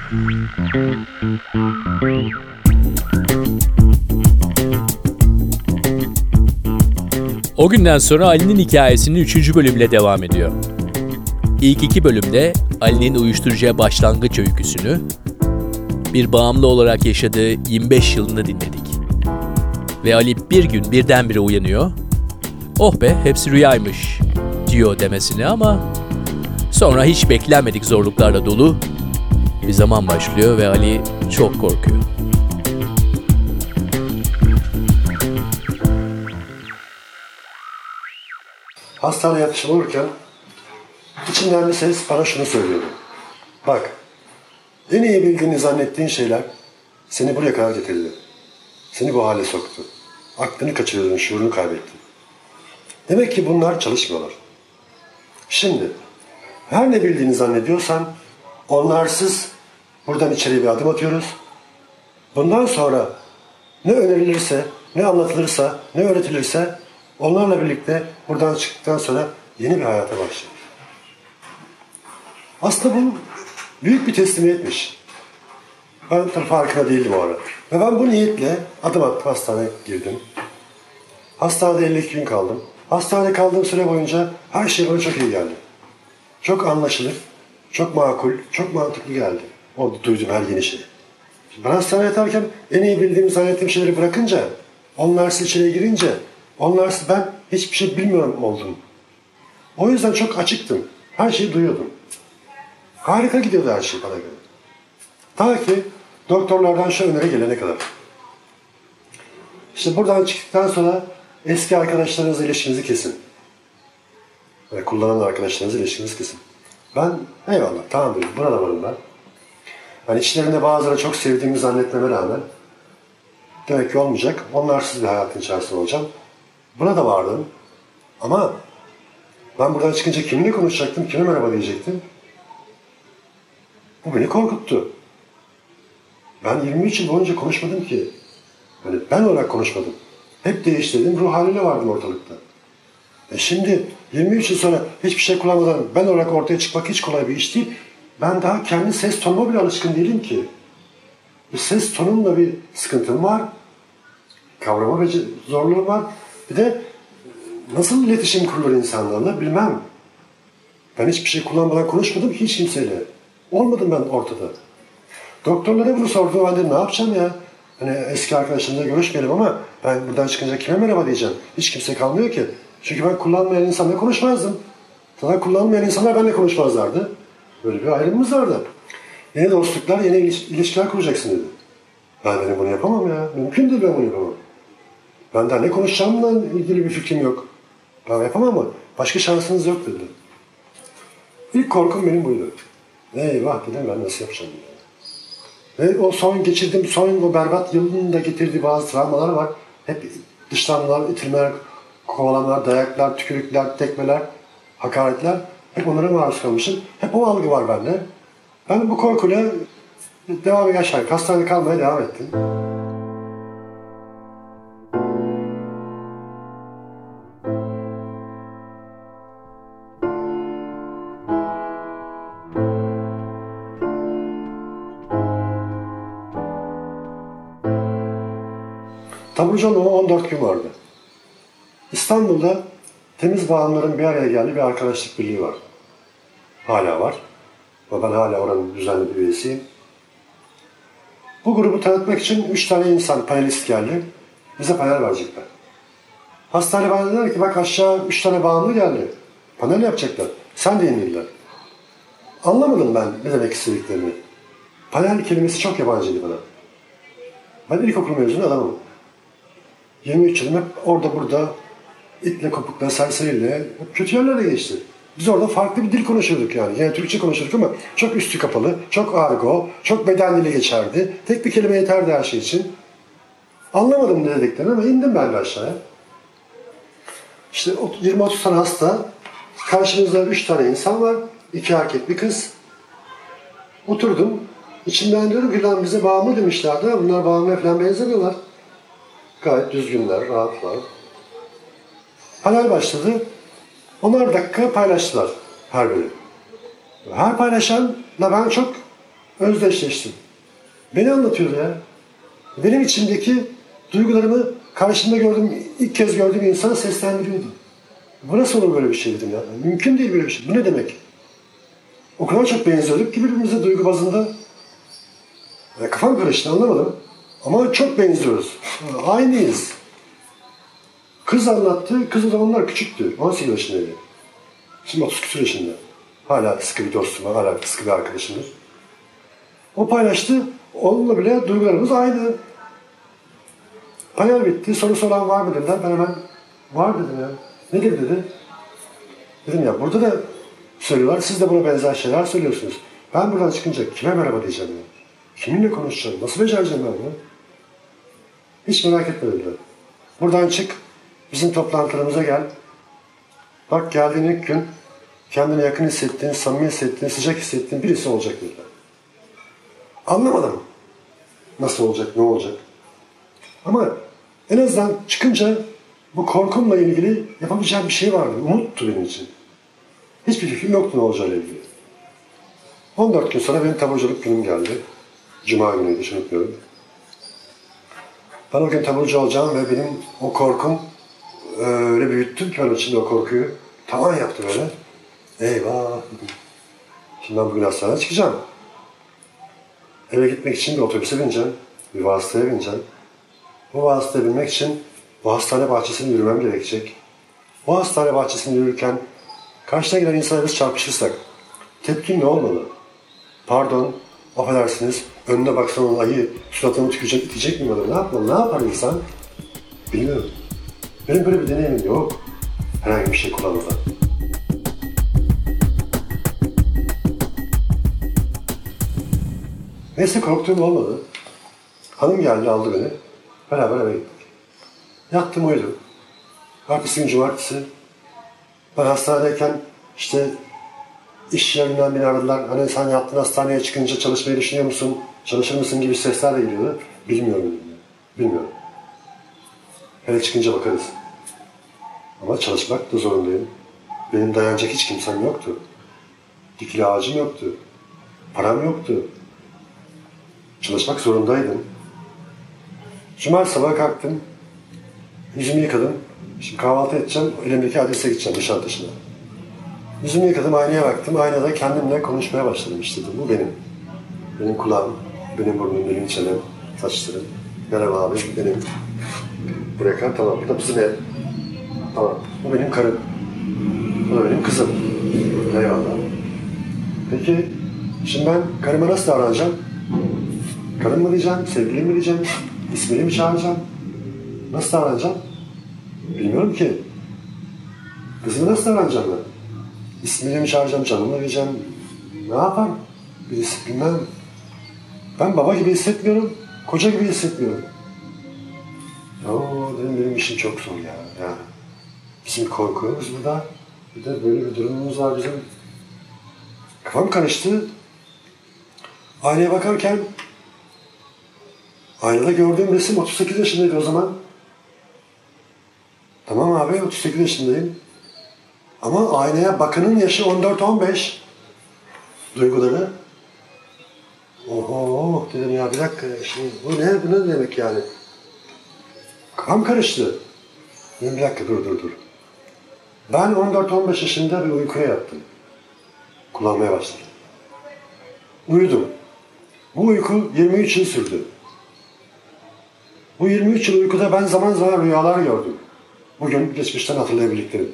O günden sonra Ali'nin hikayesinin 3. bölümüyle devam ediyor. İlk 2 bölümde Ali'nin uyuşturucuya başlangıç öyküsünü, bir bağımlı olarak yaşadığı 25 yılını dinledik. Ve Ali bir gün birdenbire uyanıyor, "Oh be, hepsi rüyaymış," diyor demesine, ama sonra hiç beklenmedik zorluklarla dolu bir zaman başlıyor ve Ali çok korkuyor. Hastaneye yatışım olurken içimden bir ses bana şunu söylüyordu. Bak, en iyi bildiğini zannettiğin şeyler seni buraya kadar getirdi. Seni bu hale soktu. Aklını kaçırıyordun, şuurunu kaybettin. Demek ki bunlar çalışmıyorlar. Şimdi her ne bildiğini zannediyorsan onlarsız buradan içeriye bir adım atıyoruz. Bundan sonra ne önerilirse, ne anlatılırsa, ne öğretilirse onlarla birlikte buradan çıktıktan sonra yeni bir hayata başlıyor. Aslında bu büyük bir teslimiyetmiş. Ben tabii farkında değildim o ara. Ve ben bu niyetle adım attım, hastaneye girdim. Hastanede 52 gün kaldım. Hastanede kaldığım süre boyunca her şey bana çok iyi geldi. Çok anlaşılır, çok makul, çok mantıklı geldi. Orada duyduğum her yeni şey. Ben hastaneye yatarken en iyi bildiğimi zannettiğim şeyleri bırakınca, onlarsız içeriye girince, onlarsız ben hiçbir şey bilmiyorum oldum. O yüzden çok açıktım. Her şeyi duyuyordum. Harika gidiyordu her şey bana göre. Ta ki doktorlardan şu öneri gelene kadar. İşte buradan çıktıktan sonra eski arkadaşlarınızla ilişkinizi kesin. Ve kullanan arkadaşlarınızla ilişkinizi kesin. Ben eyvallah tamam dedim. Burada varım ben. Yani içlerinde bazıları çok sevdiğimi zannetmeme rağmen demek ki olmayacak. Onlarsız bir hayatın içerisinde olacağım. Buna da vardım. Ama ben buradan çıkınca kiminle konuşacaktım, kime merhaba diyecektim. Bu beni korkuttu. Ben 23 yıl boyunca konuşmadım ki. Yani ben olarak konuşmadım. Hep değiştirdim, ruh haliyle vardım ortalıkta. Şimdi 23 yıl sonra hiçbir şey kullanmadan ben olarak ortaya çıkmak hiç kolay bir iş değil. Ben daha kendi ses tonuma bile alışkın değilim ki. Bir ses tonumla bir sıkıntım var. Kavrama zorluğum var. Bir de nasıl iletişim kurulur insanlarla bilmem. Ben hiçbir şey kullanmadan konuşmadım hiç kimseyle. Olmadım ben ortada. Doktorlara bunu sorduğum halde ne yapacağım ya? Hani eski arkadaşlarımla görüşmeyelim ama ben buradan çıkınca kime merhaba diyeceğim? Hiç kimse kalmıyor ki. Çünkü ben kullanmayan insanla konuşmazdım. Zaten kullanmayan insanlar benimle konuşmazlardı. Böyle bir ayrımımız vardı. Yeni dostluklar, yeni ilişkiler kuracaksın dedi. Ben dedim bunu yapamam ya. Mümkün değil ben bunu yapamam. Ben daha ne konuşacağımla ilgili bir fikrim yok. Ben yapamam ama başka şansınız yok dedi. İlk korkum benim buydu. Eyvah dedim ben nasıl yapacağım diye. Ve o son o berbat yılın da getirdiği bazı travmalar var. Hep dışlanmalar, itilmeler, kovalanmalar, dayaklar, tükürükler, tekmeler, hakaretler. Hep onlara maruz kalmışım. Hep o algı var bende. Ben bu korkuyla hastanede kalmaya devam ettim. Taburcu olmama 14 gün vardı. İstanbul'da temiz bağımlıların bir araya geldiği bir arkadaşlık birliği var. Hala var. Ve ben hala oranın düzenli bir üyesiyim. Bu grubu tanıtmak için 3 tane insan, panelist geldi. Bize panel verecekler. Hastane bana dediler ki bak aşağı 3 tane bağımlı geldi. Panel yapacaklar. Sen de yenildiler. Anlamadım ben ne demek istediklerini. Panel kelimesi çok yabancıydı bana. Ben ilkokul mezunu adamım. 23 yılım hep orada burada itle kopukla, serseriyle kötü yerlere geçti. Biz orada farklı bir dil konuşurduk yani. Yine Türkçe konuşurduk ama çok üstü kapalı, çok argo, çok beden dili geçerdi. Tek bir kelime yeterdi her şey için. Anlamadım ne dediklerini ama indim ben de aşağıya. İşte 20-30 tane hasta, karşımızda 3 tane insan var. 2 erkek, bir kız. Oturdum. İçimden diyorum ki lan bize bağımlı demişlerdi. Bunlar bağımlıya falan benzemiyorlar. Gayet düzgünler, rahatlar. Panel başladı. 10'ar dakika paylaştılar her biri. Her paylaşanla ben çok özdeşleştim. Beni anlatıyordu ya. Benim içimdeki duygularımı karşımda ilk kez gördüğüm insana seslendiriyordu. Bu nasıl olur böyle bir şey dedim ya. Mümkün değil böyle bir şey. Bu ne demek? O kadar çok benziyorduk ki birbirimize duygu bazında. Ya kafam karıştı, anlamadım. Ama çok benziyoruz. Aynıyız. Kız anlattı. Kız o zamanlar küçüktü. 18 yaşındaydı. Şimdi 30 küsur yaşında. Hala sıkı bir dostum var. Hala sıkı bir arkadaşımdır. O paylaştı. Onunla bile duygularımız aynı. Panel bitti. Soru soran var mı dediler. Ben hemen var dedim ya. Nedir dedi. Dedim ya burada da söylüyorlar. Siz de buna benzer şeyler söylüyorsunuz. Ben buradan çıkınca kime merhaba diyeceğim ya? Kiminle konuşacağım? Nasıl becereceğim ben bunu? Hiç merak etme dediler. Buradan çık. Bizim toplantılarımıza gel. Bak geldiğin ilk gün kendine yakın hissettiğin, samimi hissettiğin, sıcak hissettiğin birisi olacak dediler. Anlamadım. Nasıl olacak, ne olacak? Ama en azından çıkınca bu korkumla ilgili yapabileceğim bir şey vardı. Umuttu benim için. Hiçbir fikrim yoktu ne olacağıyla ilgili. 14 gün sonra benim taburculuk günüm geldi. Cuma günüydü, hiç unutmuyorum. Ben o gün taburcu olacağım ve benim o korkum öyle büyüttüm ki ben içinde o korkuyu. Tavan yaptı böyle. Eyvah! Şimdi ben bugün hastaneye çıkacağım. Eve gitmek için bir otobüse bineceğim. Bir vasıtaya bineceğim. Bu vasıtaya binmek için bu hastane bahçesini yürümem gerekecek. Bu hastane bahçesini yürürken karşıdan gelen insana biz çarpışırsak tepkim ne olmalı? Pardon, affedersiniz, önüne baksan onun ayı suratını tükürecek, itecek mi olur? Ne yapmalı? Ne yapar insan? Bilmiyorum. Benim böyle bir deneyimim yok. Herhangi bir şey kullanmadan. Neyse korktuğum olmadı. Hanım geldi aldı beni. Beraber eve gittik. Yattım uyudum. Ertesi gün cumartesi. Ben hastanedeyken işte iş yerinden beni aradılar. Hani sen yattın hastaneye çıkınca çalışmayı düşünüyor musun? Çalışır mısın gibi sesler de geliyordu. Bilmiyorum dedim. Bilmiyorum. Hele çıkınca bakarız. Ama çalışmak da zorundayım. Benim dayanacak hiç kimsem yoktu. Dikili ağacım yoktu. Param yoktu. Çalışmak zorundaydım. Cumartesi sabah kalktım. Yüzümü yıkadım. Şimdi kahvaltı edeceğim. Elimdeki adrese gideceğim Nişantaşı'na. Yüzümü yıkadım, aynaya baktım. Aynada kendimle konuşmaya başladım işte. Bu benim. Benim kulağım, benim burnum, benim çenem, saçlarım. Merhaba abi, benim. Buraya kadar tamam. Bu da bizim ev. Tamam. Bu benim karım. Bu da benim kızım. Eyvallah. Peki, şimdi ben karıma nasıl davranacağım? Karım mı diyeceğim, sevgilim mi diyeceğim, ismini mi çağıracağım? Nasıl davranacağım? Bilmiyorum ki. Kızıma nasıl davranacağım ben? İsmini mi çağıracağım, canım mı diyeceğim? Ne yapar? Birisi bilmem. Ben baba gibi hissetmiyorum, koca gibi hissetmiyorum. Benim işim çok zor ya. Yani bizim korkumuz burada. Bir de böyle bir durumumuz var bizim. Kafam karıştı. Aynaya bakarken aynada gördüğüm resim 38 yaşındaydı o zaman. Tamam abi 38 yaşındayım. Ama aynaya bakanın yaşı 14-15. Duyguları. Oho dedim ya bir dakika şimdi bu ne demek yani? Kafam karıştı. Dedim bir dakika dur. Ben 14-15 yaşında bir uykuya yattım. Kullanmaya başladım. Uyudum. Bu uyku 23 yıl sürdü. Bu 23 yıl uykuda ben zaman zaman rüyalar gördüm. Bugün geçmişten hatırlayabildiklerim.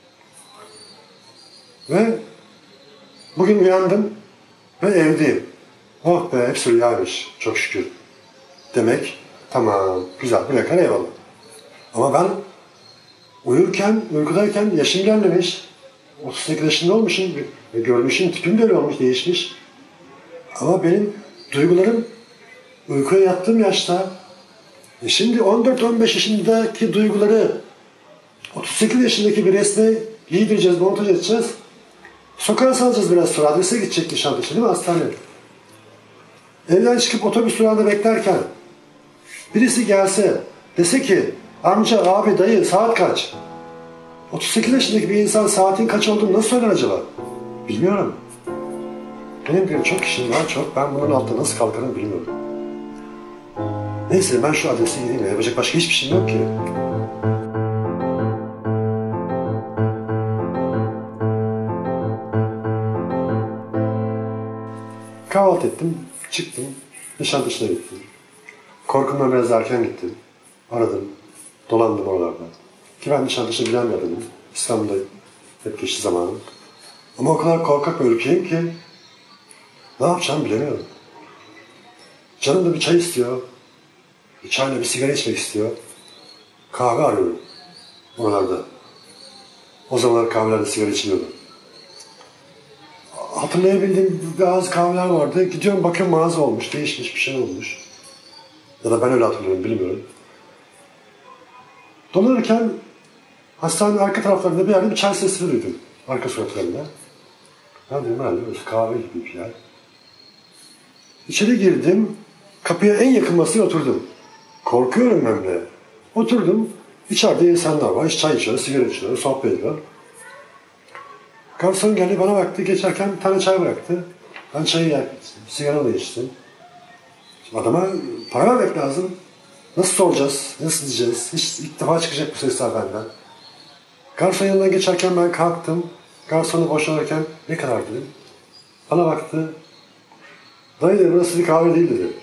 Ve bugün uyandım ve evdeyim. Oh be hepsi rüyaymış. Çok şükür. Demek tamam güzel buraya kadar eyvallah. Ama ben uykudayken yaşım ilerlemiş. 38 yaşında olmuşum. Görünüşüm, tipim böyle olmuş, değişmiş. Ama benim duygularım uykuya yattığım yaşta şimdi 14-15 yaşındaki duyguları 38 yaşındaki bir resme giydireceğiz, montaj edeceğiz. Sokağa salacağız biraz sonra. Adrese gidecek Nişantaşı değil mi? Hastane. Evden çıkıp otobüs durağında beklerken birisi gelse dese ki amca, abi, dayı saat kaç? 38 yaşındaki bir insan saatin kaç olduğunu nasıl söyler acaba? Bilmiyorum. Benim gibi çok kişinin var çok. Ben bunun altına nasıl kalkarım bilmiyorum. Neyse ben şu adrese gideyim ya. Yapacak başka hiçbir şeyim yok ki. Kahvaltı ettim, çıktım, Nişantaşı'na gittim. Korkumdan biraz erken gittim. Aradım, dolandım oralarda. Ki ben Nişantaşı'nı bilen bir adamım. İstanbul'da hep geçti zamanım. Ama o kadar korkak ve ürkeyim ki ne yapacağımı bilemiyorum. Canım da bir çay istiyor. Bir çayla bir sigara içmek istiyor. Kahve arıyorum oralarda. O zamanlar kahvelerde sigara içiliyordum. Hatırlayabildiğim bazı kahveler vardı. Gidiyorum bakıyorum mağaza olmuş, değişmiş bir şey olmuş. Ya da ben öyle hatırlıyorum, bilmiyorum. Dolanırken hastanenin arka taraflarında bir yerde bir çay sesini duydum. Arka sokaklarında. Ben dedim herhalde orası kahve gibi bir yer. İçeri girdim. Kapıya en yakın masaya oturdum. Korkuyorum hem de. Oturdum. İçeride insanlar var. Çay içiyor, sigara içiyor, sohbet ediyor. Garson geldi bana baktı. Geçerken bir tane çay bıraktı. Ben çayı yaktım. Sigaramı içtim. Şimdi adama para vermek lazım. Nasıl soracağız? Nasıl diyeceğiz? Hiç ilk defa çıkacak bu sesler benden. Garson yanından geçerken ben kalktım. Garsonu boşalırken ne kadar dedim. Bana baktı. Dayı dedi burası bir kahve değil dedi.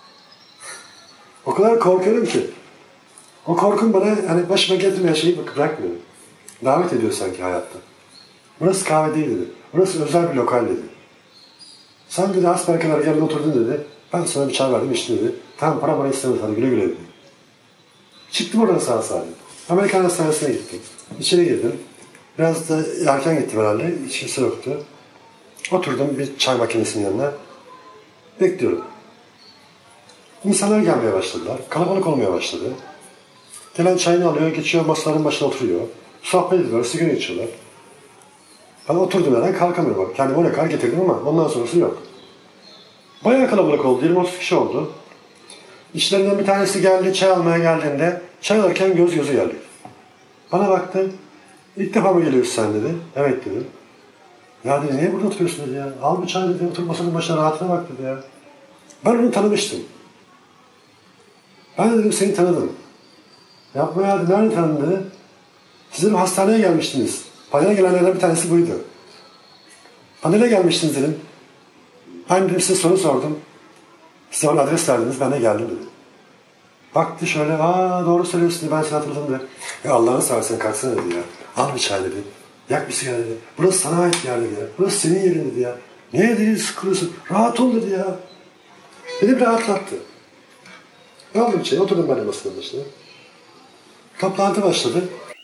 O kadar korkuyorum ki. O korkum bana hani başıma getirmeyen şeyi bırakmıyor. Davet ediyor sanki hayatta. Burası kahve değil dedi. Burası özel bir lokal dedi. Sen dedi hasbelkader geldin oturdun dedi. Ben sana bir çay verdim içtin dedi. Tamam para istemez hadi güle güle dedi. Çıktım oradan sağ salim. Amerikan hastanesine gittim. İçeri girdim. Biraz da erken gittim herhalde. Hiç kimse yoktu. Oturdum bir çay makinesinin yanına. Bekliyorum. İnsanlar gelmeye başladılar. Kalabalık olmaya başladı. Gelen çayını alıyor, geçiyor masaların başına oturuyor. Sohbet ediyorlar, sigara içiyorlar. Ben oturdum yerden kalkamıyorum. Kendimi oraya kadar getirdim ama ondan sonrası yok. Bayağı kalabalık oldu. 20-30 kişi oldu. İçlerinden bir tanesi geldi, çay almaya geldiğinde çay alırken göz göze geldik. Bana baktı. İlk defa mı geliyorsun sen dedi. Evet dedim. Ya dedi niye burada oturuyorsun dedi ya. Al bir çay dedi. Otur masanın başına rahatına bak dedi ya. Ben onu tanımıştım. Ben de dedim seni tanıdım. Yapma ya dedi. Nerede tanıdın dedi. Siz dedim hastaneye gelmiştiniz. Panele gelenlerden bir tanesi buydu. Panele gelmiştiniz dedim. Ben dedim size soru sordum. Size ona adres verdiniz. Ben de geldim dedi. Baktı şöyle. Aa doğru söylüyorsun dedi. Ben seni hatırladım dedi. Ya Allah'ını seversen kalksana dedi ya. Al bir çay dedi. Yak bir sigara dedi. Burası sana ait bir yer dedi ya. Burası senin yerin dedi ya. Niye dedi sıkılıyorsun? Rahat ol dedi ya. Beni rahatlattı. Aldım çayı. Oturdum ben de masanın başına. Toplantı başladı.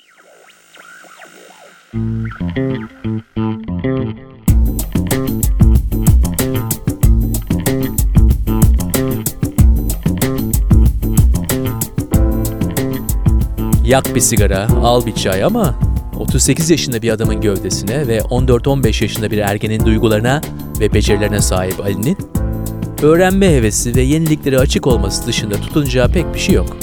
Yak bir sigara, al bir çay ama 38 yaşında bir adamın gövdesine ve 14-15 yaşında bir ergenin duygularına ve becerilerine sahip Ali'nin öğrenme hevesi ve yeniliklere açık olması dışında tutunacağı pek bir şey yok.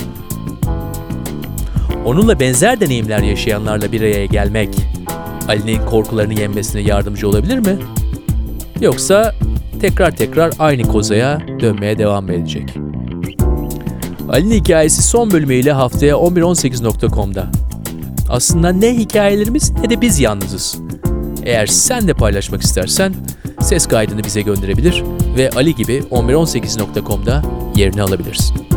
Onunla benzer deneyimler yaşayanlarla bir araya gelmek Ali'nin korkularını yenmesine yardımcı olabilir mi? Yoksa tekrar aynı kozaya dönmeye devam mı edecek? Ali'nin hikayesi son bölümüyle haftaya 11.18.com'da. Aslında ne hikayelerimiz ne de biz yalnızız. Eğer sen de paylaşmak istersen ses kaydını bize gönderebilir ve Ali gibi 11.18.com'da yerini alabilirsin.